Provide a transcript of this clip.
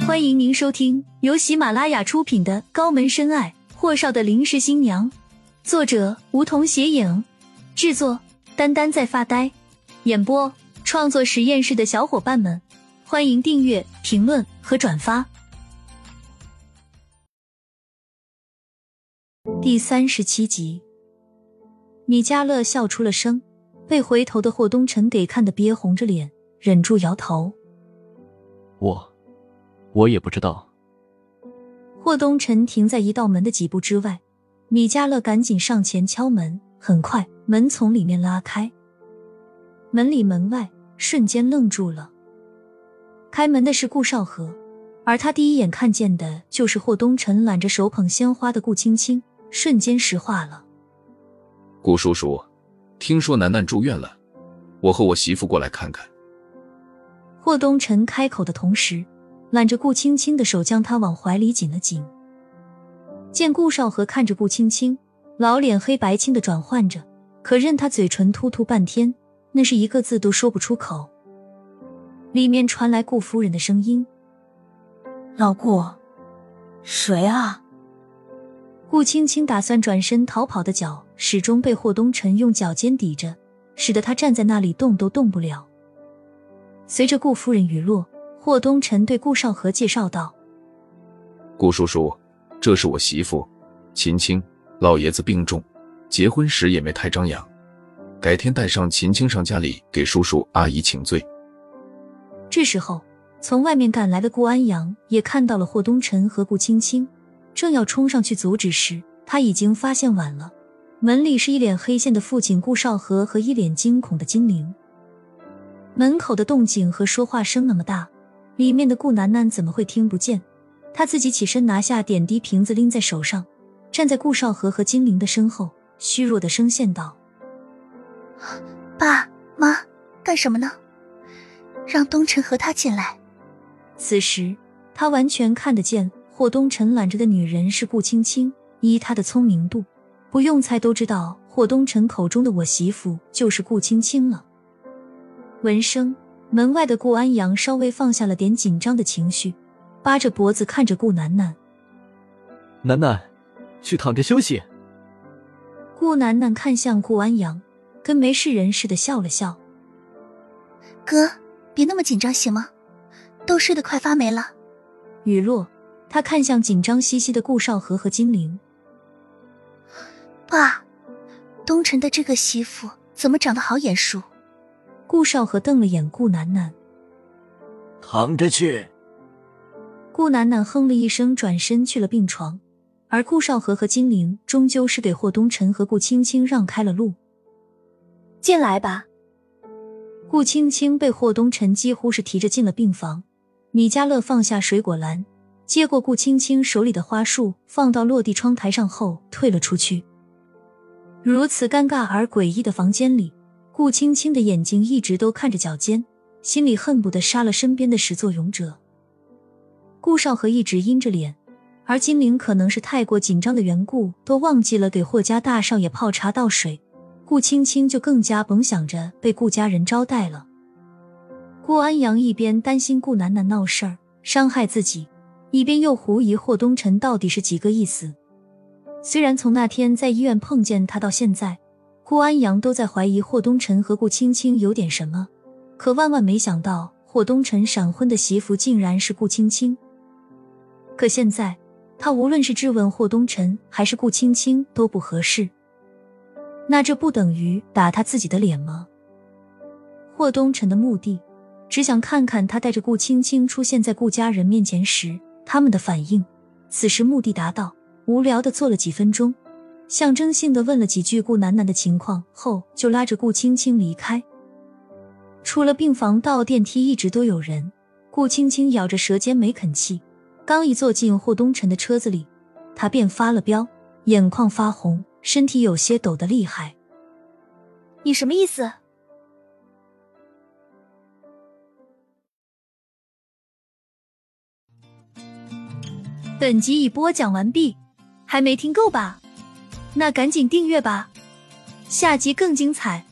欢迎您收听由喜马拉雅出品的《高门深爱：霍少的临时新娘》，作者梧桐斜影，制作丹丹在发呆，演播创作实验室的小伙伴们，欢迎订阅、评论和转发。第37集，米迦勒笑出了声，被回头的霍东辰给看得憋红着脸，忍住摇头。 我也不知道。 霍东辰停在一道门的几步之外，米迦勒赶紧上前敲门，很快门从里面拉开。门里门外瞬间愣住了。开门的是顾少河，而他第一眼看见的就是霍东辰揽着手捧鲜花的顾青青，瞬间石化了。 顾叔叔，听说楠楠住院了，我和我媳妇过来看看。 霍东辰开口的同时，揽着顾青青的手将她往怀里紧了紧。见顾少河看着顾青青，老脸黑白青的转换着，可任他嘴唇突突半天，那是一个字都说不出口。里面传来顾夫人的声音： 老顾，谁啊？ 顾青青打算转身逃跑的脚始终被霍东辰用脚尖抵着，使得他站在那里动都动不了。随着顾夫人语落，霍东辰对顾少河介绍道： 顾叔叔，这是我媳妇秦青，老爷子病重，结婚时也没太张扬，改天带上秦青上家里给叔叔阿姨请罪。 这时候从外面赶来的顾安阳也看到了霍东辰和顾青青，正要冲上去阻止时，他已经发现晚了，门里是一脸黑线的父亲顾少河和一脸惊恐的金玲。门口的动静和说话声那么大，里面的顾楠楠怎么会听不见？他自己起身拿下点滴瓶子拎在手上，站在顾少河和金玲的身后，虚弱的声线道： 爸妈，干什么呢？让东辰和他进来。 此时他完全看得见霍东辰揽着的女人是顾青青，依他的聪明度，不用猜都知道霍东辰口中的我媳妇就是顾青青了。闻声，门外的顾安阳稍微放下了点紧张的情绪，扒着脖子看着顾楠楠。 楠楠，去躺着休息。 顾楠楠看向顾安阳，跟没事人似的笑了笑。 哥，别那么紧张行吗？都睡得快发霉了。 雨落，他看向紧张兮兮的顾少河和金玲。 爸，东辰的这个媳妇怎么长得好眼熟？ 顾少河瞪了眼顾楠楠。 躺着去。 顾楠楠哼了一声，转身去了病床，而顾少河和金玲终究是给霍东辰和顾青青让开了路。 进来吧。 顾青青被霍东辰几乎是提着进了病房，米迦勒放下水果篮，接过顾青青手里的花束，放到落地窗台上后退了出去。如此尴尬而诡异的房间里，顾青青的眼睛一直都看着脚尖，心里恨不得杀了身边的始作俑者。顾少河一直阴着脸，而金玲可能是太过紧张的缘故，都忘记了给霍家大少爷泡茶倒水，顾青青就更加甭想着被顾家人招待了。顾安阳一边担心顾楠楠闹事儿伤害自己，一边又狐疑霍东辰到底是几个意思。虽然从那天在医院碰见他到现在，顾安阳都在怀疑霍东辰和顾青青有点什么，可万万没想到霍东辰闪婚的媳妇竟然是顾青青。可现在他无论是质问霍东辰还是顾青青都不合适，那这不等于打他自己的脸吗？霍东辰的目的只想看看他带着顾青青出现在顾家人面前时他们的反应。此时目的达到，无聊地坐了几分钟，象征性地问了几句顾楠楠的情况后，就拉着顾青青离开。除了病房到电梯一直都有人，顾青青咬着舌尖没肯气，刚一坐进霍东辰的车子里，他便发了飙，眼眶发红，身体有些抖得厉害。 你什么意思？ 本集已播讲完毕，还没听够吧？那赶紧订阅吧，下集更精彩。